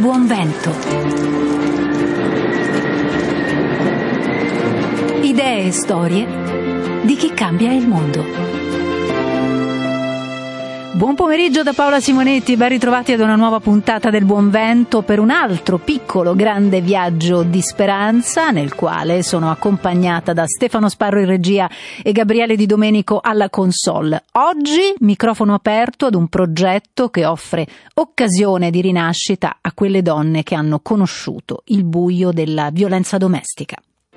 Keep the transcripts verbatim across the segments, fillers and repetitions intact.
buon vento. Idee e storie di chi cambia il mondo. Buon pomeriggio da Paola Simonetti, ben ritrovati ad una nuova puntata del Buon Vento per un altro piccolo grande viaggio di speranza nel quale sono accompagnata da Stefano Sparro in regia e Gabriele Di Domenico alla console. Oggi microfono aperto ad un progetto che offre occasione di rinascita a quelle donne che hanno conosciuto il buio della violenza domestica.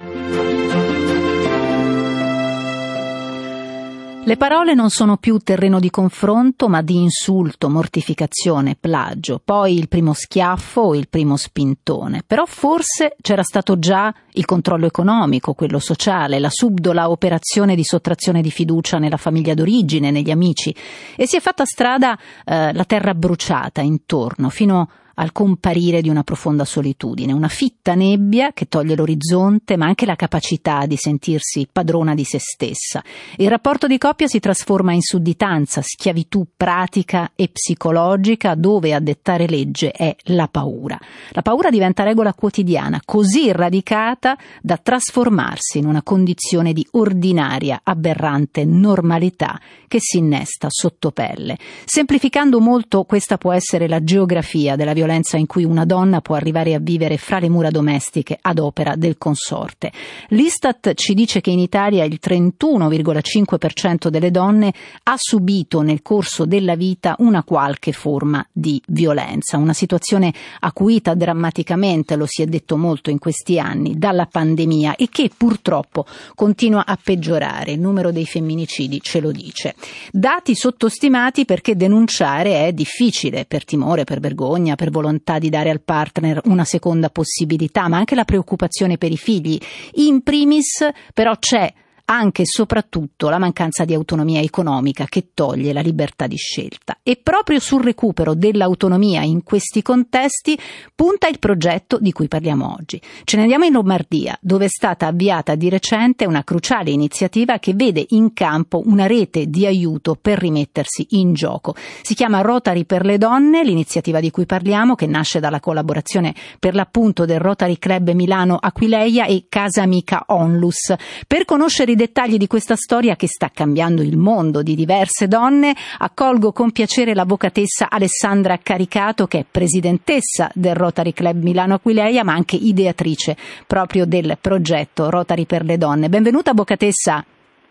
Le parole non sono più terreno di confronto, ma di insulto, mortificazione, plagio, poi il primo schiaffo o il primo spintone. Però forse c'era stato già il controllo economico, quello sociale, la subdola operazione di sottrazione di fiducia nella famiglia d'origine, negli amici, e si è fatta strada eh, la terra bruciata intorno, fino al comparire di una profonda solitudine, una fitta nebbia che toglie l'orizzonte, ma anche la capacità di sentirsi padrona di se stessa. Il rapporto di coppia si trasforma in sudditanza, schiavitù pratica e psicologica, dove a dettare legge è la paura. La paura diventa regola quotidiana, così radicata da trasformarsi in una condizione di ordinaria, aberrante normalità che si innesta sotto pelle. Semplificando molto, questa può essere la geografia della violenza in cui una donna può arrivare a vivere fra le mura domestiche ad opera del consorte. L'Istat ci dice che in Italia il trentuno virgola cinque per cento delle donne ha subito nel corso della vita una qualche forma di violenza, una situazione acuita drammaticamente, lo si è detto molto in questi anni, dalla pandemia e che purtroppo continua a peggiorare. Il numero dei femminicidi ce lo dice. Dati sottostimati perché denunciare è difficile, per timore, per vergogna, per volontà di dare al partner una seconda possibilità, ma anche la preoccupazione per i figli. In primis, però, c'è anche e soprattutto la mancanza di autonomia economica che toglie la libertà di scelta. E proprio sul recupero dell'autonomia in questi contesti punta il progetto di cui parliamo oggi. Ce ne andiamo in Lombardia, dove è stata avviata di recente una cruciale iniziativa che vede in campo una rete di aiuto per rimettersi in gioco. Si chiama Rotary per le donne, l'iniziativa di cui parliamo, che nasce dalla collaborazione per l'appunto del Rotary Club Milano Aquileia e Casa Amica Onlus. Per conoscere i dettagli di questa storia che sta cambiando il mondo di diverse donne, accolgo con piacere l'avvocatessa Alessandra Caricato, che è presidentessa del Rotary Club Milano Aquileia, ma anche ideatrice proprio del progetto Rotary per le donne. Benvenuta, avvocatessa.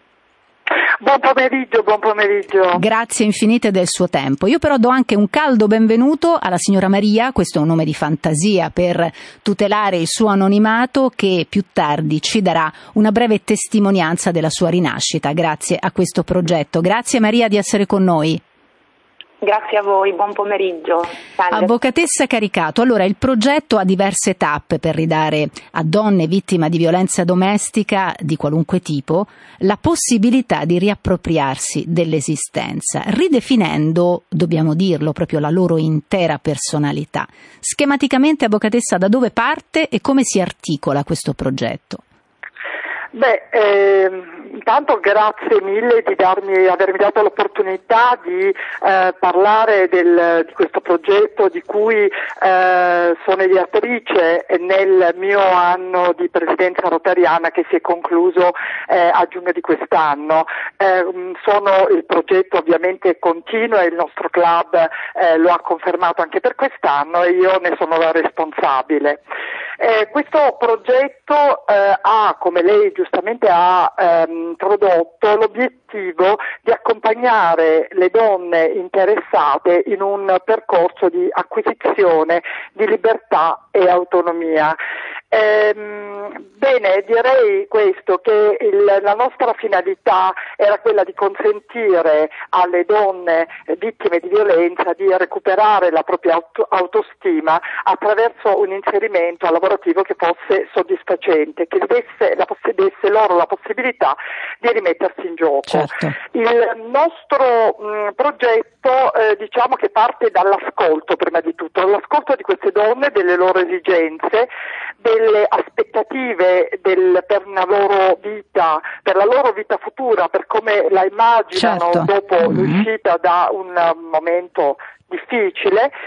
Buon pomeriggio, buon pomeriggio. Grazie infinite del suo tempo. Io però do anche un caldo benvenuto alla signora Maria, questo è un nome di fantasia per tutelare il suo anonimato, che più tardi ci darà una breve testimonianza della sua rinascita grazie a questo progetto. Grazie Maria di essere con noi. Grazie a voi, buon pomeriggio. Salve. Avvocatessa Caricato, allora il progetto ha diverse tappe per ridare a donne vittime di violenza domestica di qualunque tipo la possibilità di riappropriarsi dell'esistenza, ridefinendo, dobbiamo dirlo, proprio la loro intera personalità. Schematicamente, avvocatessa, da dove parte e come si articola questo progetto? Beh, eh, intanto grazie mille di darmi, avermi dato l'opportunità di eh, parlare del, di questo progetto di cui eh, sono ideatrice nel mio anno di presidenza rotariana che si è concluso eh, a giugno di quest'anno. Eh, sono, il progetto ovviamente continua e il nostro club eh, lo ha confermato anche per quest'anno e io ne sono la responsabile. Eh, questo progetto eh, ha, come lei giustamente ha ehm, introdotto, l'obiettivo di accompagnare le donne interessate in un percorso di acquisizione di libertà e autonomia. Ehm, bene, direi questo, che il, la nostra finalità era quella di consentire alle donne vittime di violenza di recuperare la propria auto, autostima attraverso un inserimento lavorativo che fosse soddisfacente, che desse, la, desse loro la possibilità di rimettersi in gioco. Certo. Il nostro mh, progetto eh, diciamo che parte dall'ascolto, prima di tutto, dall'ascolto di queste donne, delle loro esigenze, delle aspettative del, per la loro vita, per la loro vita futura, per come la immaginano, certo, dopo mm-hmm. l'uscita da un momento difficile,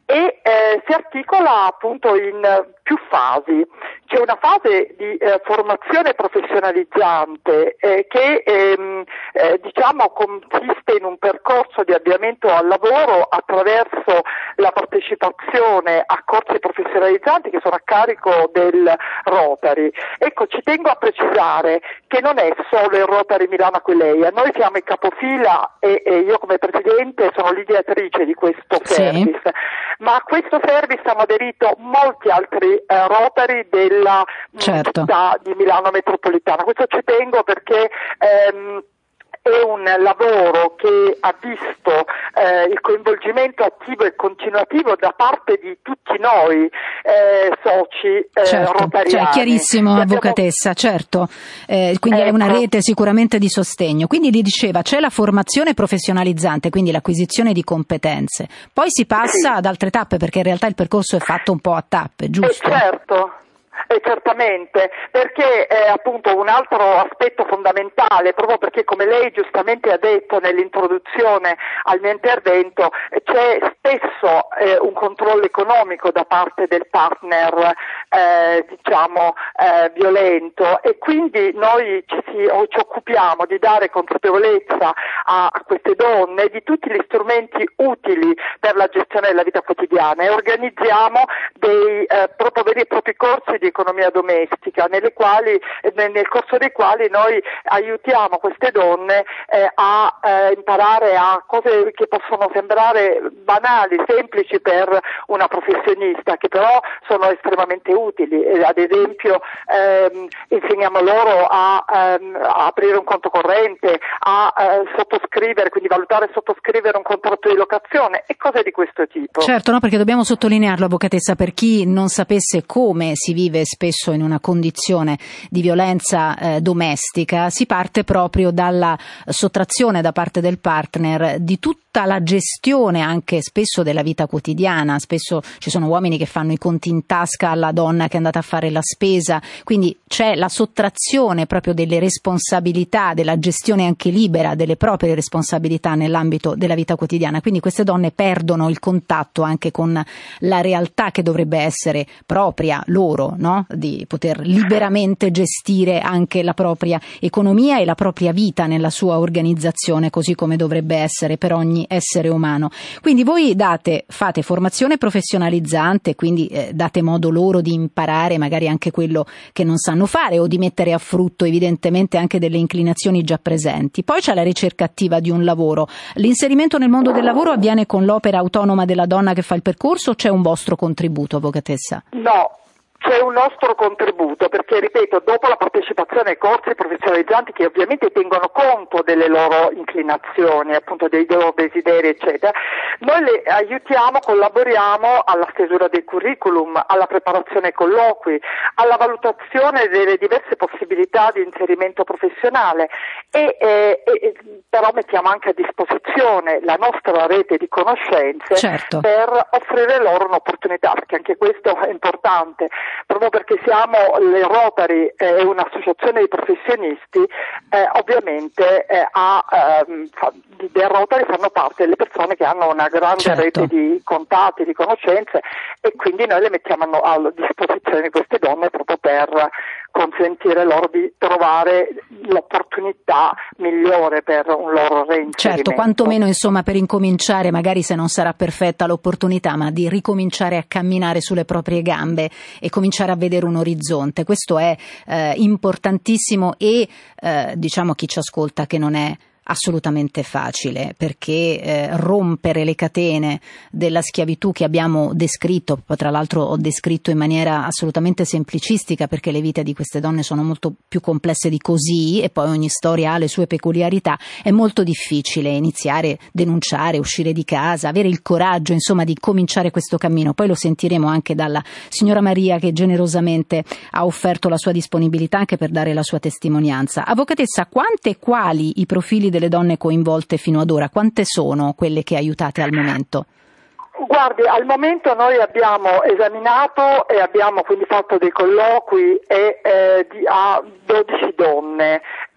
e eh, si articola appunto in più fasi. C'è una fase di eh, formazione professionalizzante eh, che ehm, eh, diciamo consiste in un percorso di avviamento al lavoro attraverso la partecipazione a corsi professionalizzanti che sono a carico del Rotary. Ecco, ci tengo a precisare che non è solo il Rotary Milano Aquileia, noi siamo in capofila e, e io come presidente sono l'ideatrice di questo sì. service, ma a questo service hanno aderito molti altri eh, Rotary della certo. città di Milano metropolitana. Questo ci tengo perché ehm, è un lavoro che ha visto eh, il coinvolgimento attivo e continuativo da parte di tutti noi eh, soci eh, certo, rotariani. Cioè, chiarissimo, abbiamo... avvocatessa, certo. Eh, quindi ecco. È una rete sicuramente di sostegno. Quindi gli diceva c'è la formazione professionalizzante, quindi l'acquisizione di competenze. Poi si passa sì. ad altre tappe, perché in realtà il percorso è fatto un po' a tappe, giusto? Eh, certo. Eh, certamente, perché eh, appunto un altro aspetto fondamentale, proprio perché come lei giustamente ha detto nell'introduzione al mio intervento, eh, c'è spesso eh, un controllo economico da parte del partner eh, diciamo eh, violento, e quindi noi ci, si, o ci occupiamo di dare consapevolezza a, a queste donne di tutti gli strumenti utili per la gestione della vita quotidiana, e organizziamo dei eh, proprio veri e propri corsi di economia domestica, nelle quali, nel corso dei quali noi aiutiamo queste donne eh, a eh, imparare a cose che possono sembrare banali, semplici per una professionista, che però sono estremamente utili. Eh, ad esempio ehm, insegniamo loro a, ehm, a aprire un conto corrente, a eh, sottoscrivere, quindi valutare e sottoscrivere un contratto di locazione e cose di questo tipo. Certo, no, perché dobbiamo sottolinearlo, avvocatessa, per chi non sapesse come si vive spesso in una condizione di violenza eh, domestica, si parte proprio dalla sottrazione da parte del partner di tutta la gestione anche spesso della vita quotidiana. Spesso ci sono uomini che fanno i conti in tasca alla donna che è andata a fare la spesa, quindi c'è la sottrazione proprio delle responsabilità, della gestione anche libera delle proprie responsabilità nell'ambito della vita quotidiana, quindi queste donne perdono il contatto anche con la realtà che dovrebbe essere propria loro, no? Di poter liberamente gestire anche la propria economia e la propria vita nella sua organizzazione, così come dovrebbe essere per ogni essere umano. Quindi voi date, fate formazione professionalizzante, quindi eh, date modo loro di imparare magari anche quello che non sanno fare o di mettere a frutto evidentemente anche delle inclinazioni già presenti. Poi c'è la ricerca attiva di un lavoro. L'inserimento nel mondo del lavoro avviene con l'opera autonoma della donna che fa il percorso, o c'è un vostro contributo, avvocatessa? No. C'è un nostro contributo, perché ripeto, dopo la partecipazione ai corsi professionalizzanti, che ovviamente tengono conto delle loro inclinazioni, appunto dei loro desideri eccetera, noi le aiutiamo, collaboriamo alla stesura del curriculum, alla preparazione ai colloqui, alla valutazione delle diverse possibilità di inserimento professionale e, eh, e però mettiamo anche a disposizione la nostra rete di conoscenze, certo, per offrire loro un'opportunità, perché anche questo è importante. Proprio perché siamo le Rotary e eh, un'associazione di professionisti, eh, ovviamente eh, a, eh, del Rotary fanno parte delle persone che hanno una grande, certo, rete di contatti, di conoscenze, e quindi noi le mettiamo a disposizione di queste donne proprio per consentire loro di trovare l'opportunità migliore per un loro reinserimento. Certo, quantomeno insomma per incominciare, magari se non sarà perfetta l'opportunità, ma di ricominciare a camminare sulle proprie gambe e cominciare a vedere un orizzonte. Questo è eh, importantissimo e eh, diciamo chi ci ascolta che non è assolutamente facile, perché eh, rompere le catene della schiavitù che abbiamo descritto, poi tra l'altro ho descritto in maniera assolutamente semplicistica, perché le vite di queste donne sono molto più complesse di così e poi ogni storia ha le sue peculiarità, è molto difficile iniziare, denunciare, uscire di casa, avere il coraggio insomma di cominciare questo cammino. Poi lo sentiremo anche dalla signora Maria, che generosamente ha offerto la sua disponibilità anche per dare la sua testimonianza. Avvocatessa, quante e quali i profili delle donne coinvolte fino ad ora? Quante sono quelle che aiutate al momento? Guardi, al momento noi abbiamo esaminato e abbiamo quindi fatto dei colloqui e, eh, di, a dodici donne.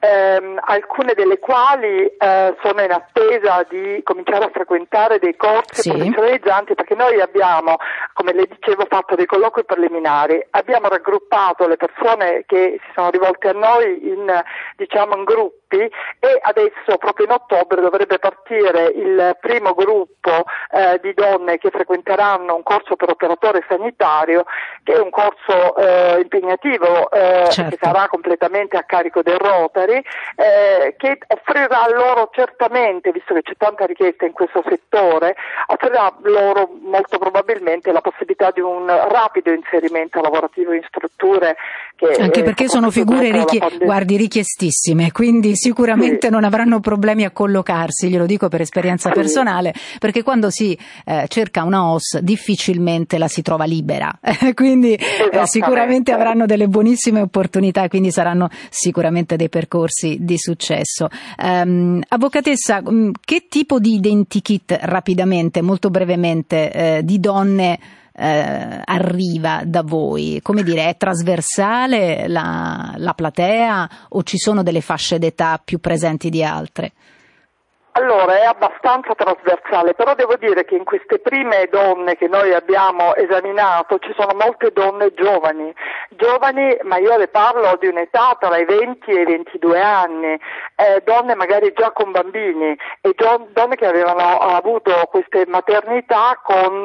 ehm, alcune delle quali eh, sono in attesa di cominciare a frequentare dei corsi sì. professionalizzanti, perché noi abbiamo, come le dicevo, fatto dei colloqui preliminari, abbiamo raggruppato le persone che si sono rivolte a noi in, diciamo, in gruppi, e adesso proprio in ottobre dovrebbe partire il primo gruppo eh, di donne che frequenteranno un corso per operatore sanitario, che è un corso eh, impegnativo eh, certo. che sarà completamente a carico del Rotary, eh, che offrirà loro certamente, visto che c'è tanta richiesta in questo settore, offrirà loro molto probabilmente la possibilità di un rapido inserimento lavorativo in strutture che anche perché sono figure richie- guardi, richiestissime, quindi sicuramente sì. non avranno problemi a collocarsi, glielo dico per esperienza sì. personale, perché quando si eh, cerca una O S difficilmente la si trova libera, quindi eh, sicuramente avranno delle buonissime opportunità, quindi saranno sicuramente dei percorsi di successo. Um, avvocatessa, che tipo di identikit, rapidamente, molto brevemente, eh, di donne Eh, arriva da voi? Come dire, è trasversale la, la platea o ci sono delle fasce d'età più presenti di altre? Allora, è abbastanza trasversale, però devo dire che in queste prime donne che noi abbiamo esaminato ci sono molte donne giovani, giovani, ma io le parlo di un'età tra i venti e i ventidue anni, eh, donne magari già con bambini e gio- donne che avevano avuto queste maternità con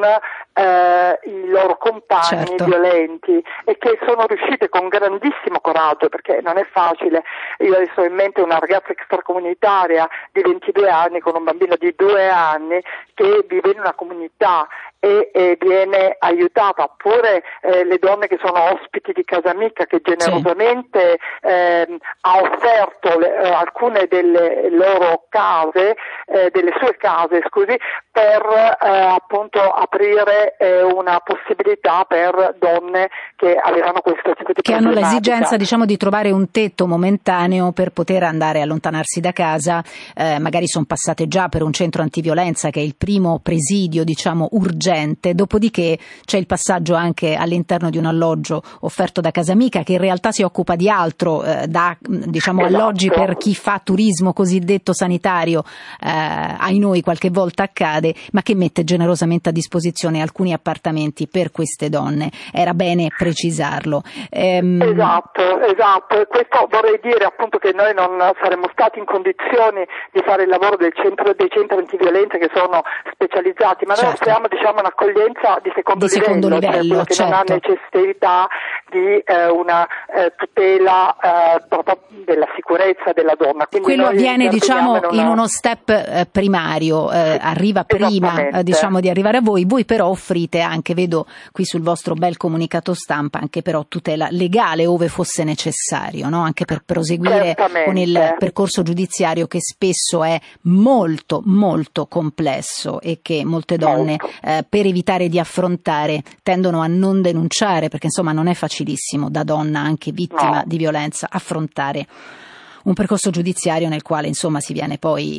eh, i loro compagni certo. violenti, e che sono riuscite con grandissimo coraggio, perché non è facile. Io adesso ho in mente una ragazza extracomunitaria di ventidue anni con un bambino di due anni che vive in una comunità e, e viene aiutata, oppure eh, le donne che sono ospiti di Casa Amica, che generosamente sì. eh, ha offerto le, eh, alcune delle loro case, eh, delle sue case, scusi, per eh, appunto aprire eh, una possibilità per donne che avevano questo tipo di che hanno l'esigenza, diciamo, di trovare un tetto momentaneo per poter andare a allontanarsi da casa, eh, magari sono passate già per un centro antiviolenza che è il primo presidio, diciamo, urgente, dopodiché c'è il passaggio anche all'interno di un alloggio offerto da Casa Amica, che in realtà si occupa di altro, eh, da diciamo esatto. alloggi per chi fa turismo cosiddetto sanitario, eh, ai noi qualche volta accade, ma che mette generosamente a disposizione alcuni appartamenti per queste donne. Era bene precisarlo. Ehm... Esatto, esatto, e questo vorrei dire appunto che noi non saremmo stati in condizioni di fare il lavoro del centro, dei centri antiviolenza che sono specializzati, ma certo. noi offriamo, diciamo, un'accoglienza di secondo di livello, secondo livello cioè che certo. non ha necessità di eh, una eh, tutela eh, proprio della sicurezza della donna. Quindi quello avviene, diciamo, in, una... in uno step eh, primario, eh, arriva prima eh, diciamo di arrivare a voi, voi però offrite anche, vedo qui sul vostro bel comunicato stampa, anche però tutela legale ove fosse necessario, no? Anche per proseguire con il percorso giudiziario, che spesso è molto molto complesso e che molte donne eh, per evitare di affrontare tendono a non denunciare, perché insomma non è facilissimo da donna anche vittima no. di violenza affrontare un percorso giudiziario nel quale insomma si viene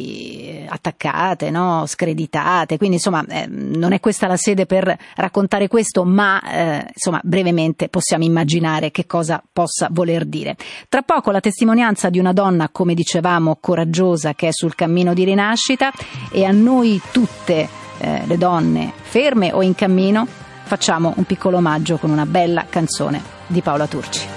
poi attaccate, no? Screditate, quindi insomma eh, non è questa la sede per raccontare questo, ma eh, insomma brevemente possiamo immaginare che cosa possa voler dire. Tra poco la testimonianza di una donna, come dicevamo, coraggiosa, che è sul cammino di rinascita, e a noi tutte eh, le donne ferme o in cammino facciamo un piccolo omaggio con una bella canzone di Paola Turci.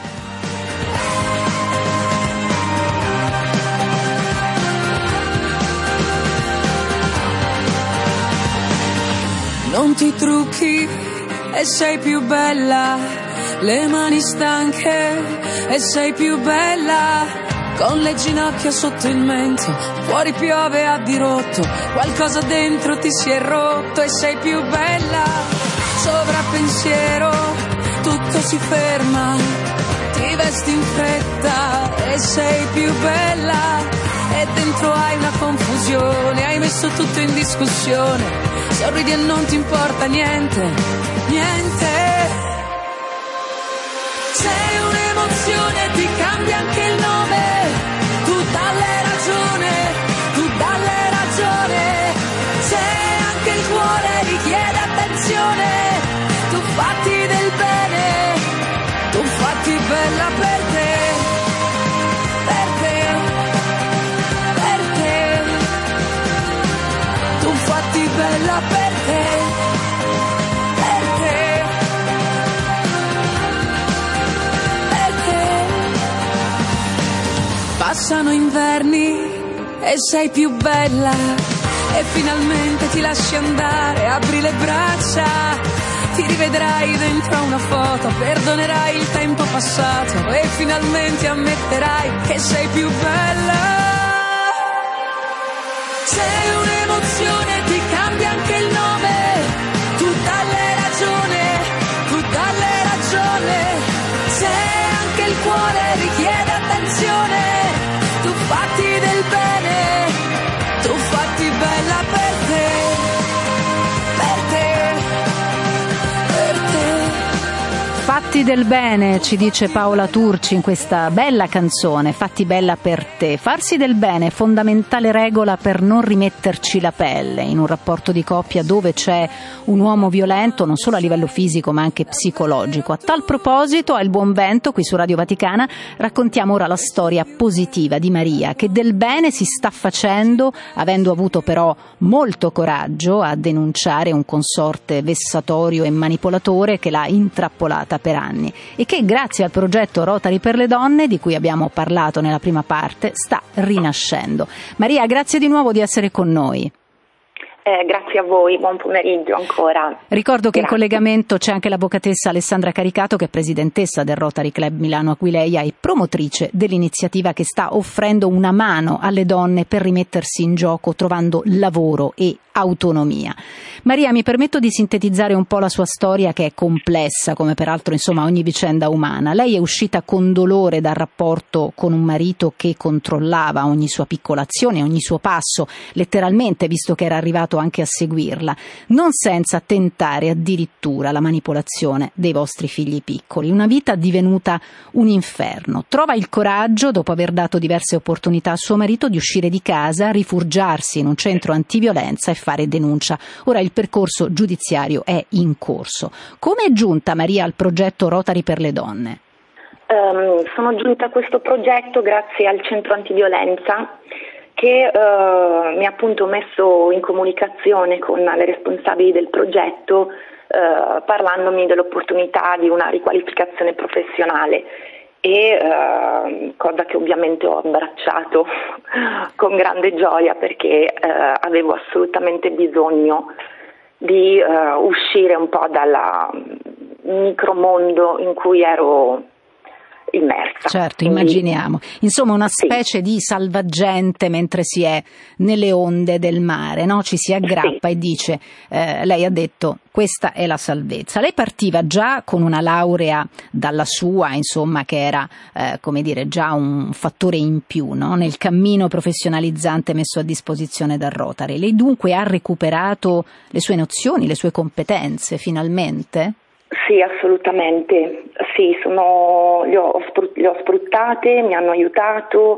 Non ti trucchi e sei più bella, le mani stanche e sei più bella, con le ginocchia sotto il mento, fuori piove a dirotto, qualcosa dentro ti si è rotto e sei più bella, sovrappensiero, tutto si ferma, ti vesti in fretta e sei più bella, e dentro hai una confusione, hai messo tutto in discussione. Sorridi e non ti importa niente, niente. Sei un'emozione, ti cambia anche il nome. Tu dalle ragione, tu dalle ragione. Sei anche il cuore, richiede attenzione. Tu fatti del bene, tu fatti bella per te, per te. passano inverni e sei più bella, e finalmente ti lasci andare, apri le braccia, ti rivedrai dentro una foto, perdonerai il tempo passato e finalmente ammetterai che sei più bella. Sei un'emozione, ti cambia anche il nome, tu dalle ragione, tu dalle ragione, sei anche il cuore, richiede attenzione, tu fatti del bene, tu fatti bella per te, per te, per te. Fatti del bene, ci dice Paola Turci in questa bella canzone, Fatti bella per te. Farsi del bene è fondamentale regola per non rimetterci la pelle in un rapporto di coppia dove c'è un uomo violento non solo a livello fisico ma anche psicologico. A tal proposito, al Buon Vento, qui su Radio Vaticana, raccontiamo ora la storia positiva di Maria, che del bene si sta facendo, avendo avuto però molto coraggio a denunciare un consorte vessatorio e manipolatore che l'ha intrappolata per anni e che grazie al progetto Rotary per le donne, di cui abbiamo parlato nella prima parte, sta rinascendo. Maria, grazie di nuovo di essere con noi. Eh, grazie a voi, buon pomeriggio ancora. Ricordo che Grazie. in collegamento c'è anche l'avvocatessa Alessandra Caricato, che è presidentessa del Rotary Club Milano Aquileia e promotrice dell'iniziativa che sta offrendo una mano alle donne per rimettersi in gioco trovando lavoro e autonomia. Maria, mi permetto di sintetizzare un po' la sua storia, che è complessa, come peraltro insomma ogni vicenda umana. Lei è uscita con dolore dal rapporto con un marito che controllava ogni sua piccola azione, ogni suo passo, letteralmente, visto che era arrivato anche a seguirla, non senza tentare addirittura la manipolazione dei vostri figli piccoli. Una vita divenuta un inferno. Trova il coraggio, dopo aver dato diverse opportunità a suo marito, di uscire di casa, rifugiarsi in un centro antiviolenza e fare denuncia. Ora il percorso giudiziario è in corso. Come è giunta Maria al progetto Rotary per le donne? Um, sono giunta a questo progetto grazie al centro antiviolenza che uh, mi ha appunto messo in comunicazione con le responsabili del progetto uh, parlandomi dell'opportunità di una riqualificazione professionale e uh, cosa che ovviamente ho abbracciato con grande gioia perché uh, avevo assolutamente bisogno di uh, uscire un po' dal micromondo in cui ero immersa. Certo, Quindi, immaginiamo. Insomma, una specie sì. di salvagente mentre si è nelle onde del mare, no? Ci si aggrappa sì. e dice, eh, lei ha detto, questa è la salvezza. Lei partiva già con una laurea dalla sua, insomma, che era, eh, come dire, già un fattore in più, no? Nel cammino professionalizzante messo a disposizione dal Rotary. Lei dunque ha recuperato le sue nozioni, le sue competenze, finalmente? Sì, assolutamente. Sì, sono, le, ho, le ho sfruttate, mi hanno aiutato,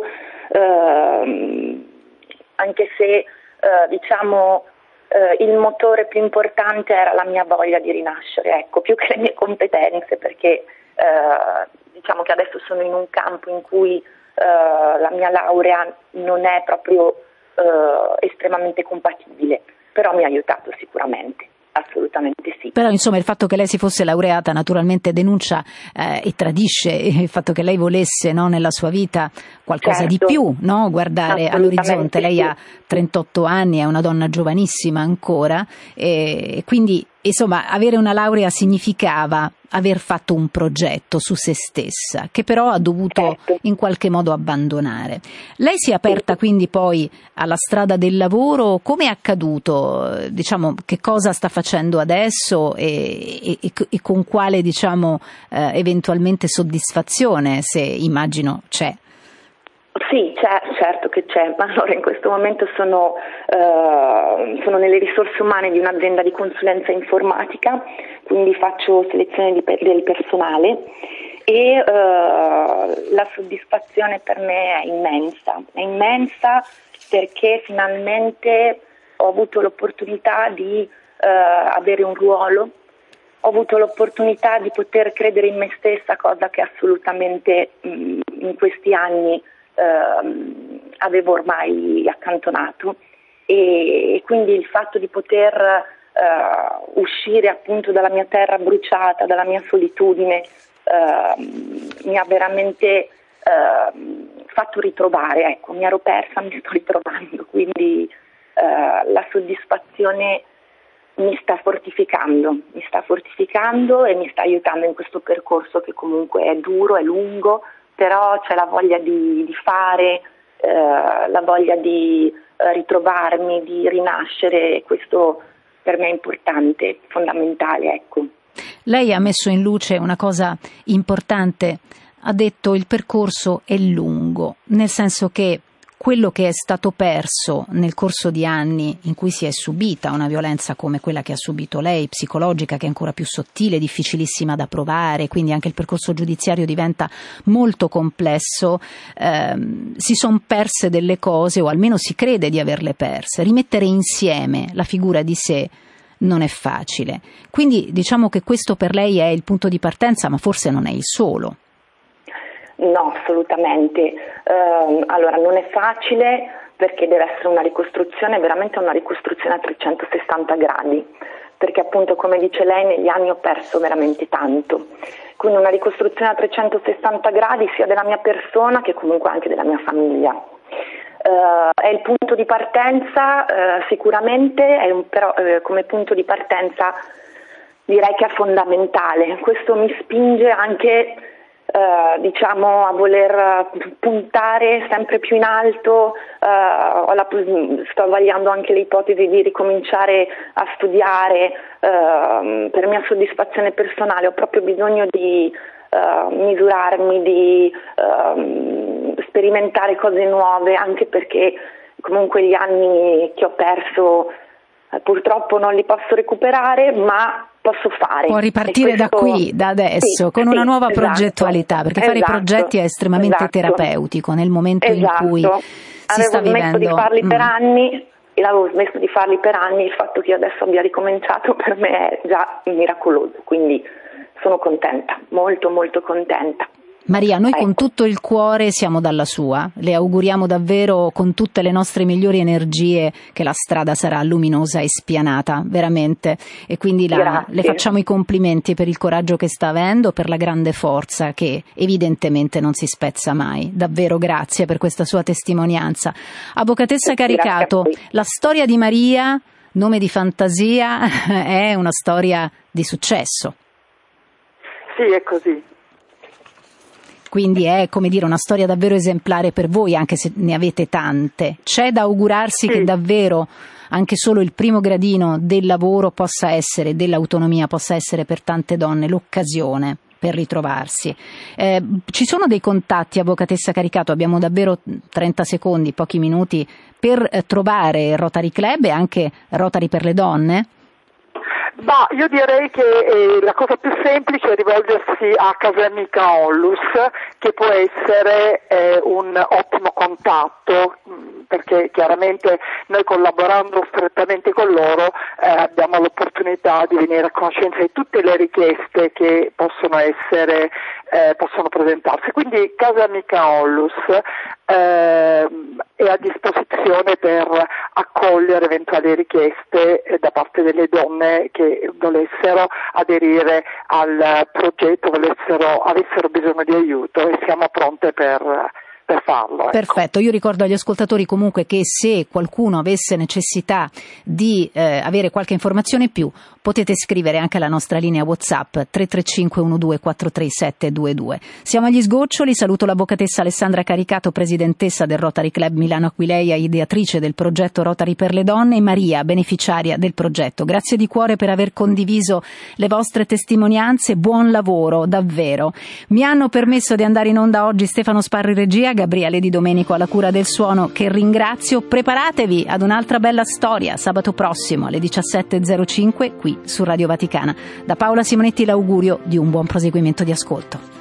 ehm, anche se eh, diciamo eh, il motore più importante era la mia voglia di rinascere, ecco, più che le mie competenze, perché eh, diciamo che adesso sono in un campo in cui eh, la mia laurea non è proprio eh, estremamente compatibile, però mi ha aiutato sicuramente. Assolutamente sì. Però insomma il fatto che lei si fosse laureata naturalmente denuncia eh, e tradisce il fatto che lei volesse, no, nella sua vita qualcosa certo. di più, no? Guardare all'orizzonte. Lei sì. ha trentotto anni, è una donna giovanissima ancora e quindi insomma avere una laurea significava aver fatto un progetto su se stessa che però ha dovuto certo. in qualche modo abbandonare. Lei si è aperta sì. quindi poi alla strada del lavoro. Come è accaduto? Diciamo, che cosa sta facendo adesso e, e, e con quale diciamo eh, eventualmente soddisfazione, se immagino c'è? Sì, c'è, certo che c'è. Allora in questo momento sono, uh, sono nelle risorse umane di un'azienda di consulenza informatica, quindi faccio selezione di pe- del personale e uh, la soddisfazione per me è immensa, è immensa perché finalmente ho avuto l'opportunità di uh, avere un ruolo, ho avuto l'opportunità di poter credere in me stessa, cosa che assolutamente mh, in questi anni Uh, avevo ormai accantonato e, e quindi il fatto di poter uh, uscire appunto dalla mia terra bruciata, dalla mia solitudine uh, mi ha veramente uh, fatto ritrovare, ecco, mi ero persa, mi sto ritrovando, quindi uh, la soddisfazione mi sta fortificando, mi sta fortificando e mi sta aiutando in questo percorso che comunque è duro, è lungo, però c'è la voglia di, di fare, uh, la voglia di uh, ritrovarmi, di rinascere, questo per me è importante, fondamentale, ecco. Lei ha messo in luce una cosa importante, ha detto il percorso è lungo, nel senso che quello che è stato perso nel corso di anni in cui si è subita una violenza come quella che ha subito lei, psicologica, che è ancora più sottile, difficilissima da provare, quindi anche il percorso giudiziario diventa molto complesso, ehm, si sono perse delle cose, o almeno si crede di averle perse. Rimettere insieme la figura di sé non è facile, quindi diciamo che questo per lei è il punto di partenza, ma forse non è il solo. No, assolutamente. Uh, allora, non è facile perché deve essere una ricostruzione, veramente una ricostruzione a trecentosessanta gradi, perché appunto, come dice lei, negli anni ho perso veramente tanto. Quindi una ricostruzione a trecentosessanta gradi sia della mia persona che comunque anche della mia famiglia. Uh, è il punto di partenza, uh, sicuramente, è un, però uh, come punto di partenza direi che è fondamentale. Questo mi spinge anche Uh, diciamo a voler puntare sempre più in alto, uh, ho la, sto vagliando anche l'ipotesi di ricominciare a studiare uh, per mia soddisfazione personale, ho proprio bisogno di uh, misurarmi, di uh, sperimentare cose nuove, anche perché comunque gli anni che ho perso uh, purtroppo non li posso recuperare, ma posso fare. Può ripartire questo, da qui, da adesso, sì, con sì, una nuova esatto, progettualità, perché esatto, fare i progetti è estremamente esatto, terapeutico nel momento esatto. in cui si avevo sta vivendo. Avevo smesso di farli mm. per anni, e l'avevo smesso di farli per anni, il fatto che io adesso abbia ricominciato per me è già miracoloso, quindi sono contenta, molto molto contenta. Maria, noi ecco. con tutto il cuore siamo dalla sua, le auguriamo davvero con tutte le nostre migliori energie che la strada sarà luminosa e spianata, veramente, e quindi la, le facciamo i complimenti per il coraggio che sta avendo, per la grande forza che evidentemente non si spezza mai. Davvero grazie per questa sua testimonianza. Avvocatessa Caricato, la storia di Maria, nome di fantasia, è una storia di successo. Sì, è così. Quindi è, come dire, una storia davvero esemplare per voi, anche se ne avete tante. C'è da augurarsi sì. che davvero anche solo il primo gradino del lavoro possa essere, dell'autonomia possa essere per tante donne l'occasione per ritrovarsi. Eh, ci sono dei contatti, avvocatessa Caricato, abbiamo davvero trenta secondi, pochi minuti, per eh, trovare Rotary Club e anche Rotary per le donne? Ma io direi che eh, la cosa più semplice è rivolgersi a Casa Amica Onlus, che può essere eh, un ottimo contatto, perché chiaramente noi, collaborando strettamente con loro, eh, abbiamo l'opportunità di venire a conoscenza di tutte le richieste che possono essere eh, possono presentarsi. Quindi Casa Amica Onlus eh, è a disposizione per accogliere eventuali richieste eh, da parte delle donne che volessero aderire al progetto, volessero, avessero bisogno di aiuto, e siamo pronte per per farlo. Ecco. Perfetto, io ricordo agli ascoltatori comunque che se qualcuno avesse necessità di eh, avere qualche informazione in più, potete scrivere anche alla nostra linea WhatsApp tre tre cinque uno due quattro tre sette due due. Siamo agli sgoccioli, saluto l'avvocatessa Alessandra Caricato, presidentessa del Rotary Club Milano Aquileia, ideatrice del progetto Rotary per le donne, e Maria, beneficiaria del progetto. Grazie di cuore per aver condiviso le vostre testimonianze, buon lavoro, davvero. Mi hanno permesso di andare in onda oggi Stefano Sparri regia, Gabriele Di Domenico alla cura del suono, che ringrazio. Preparatevi ad un'altra bella storia sabato prossimo alle diciassette e zero cinque qui su Radio Vaticana. Da Paola Simonetti l'augurio di un buon proseguimento di ascolto.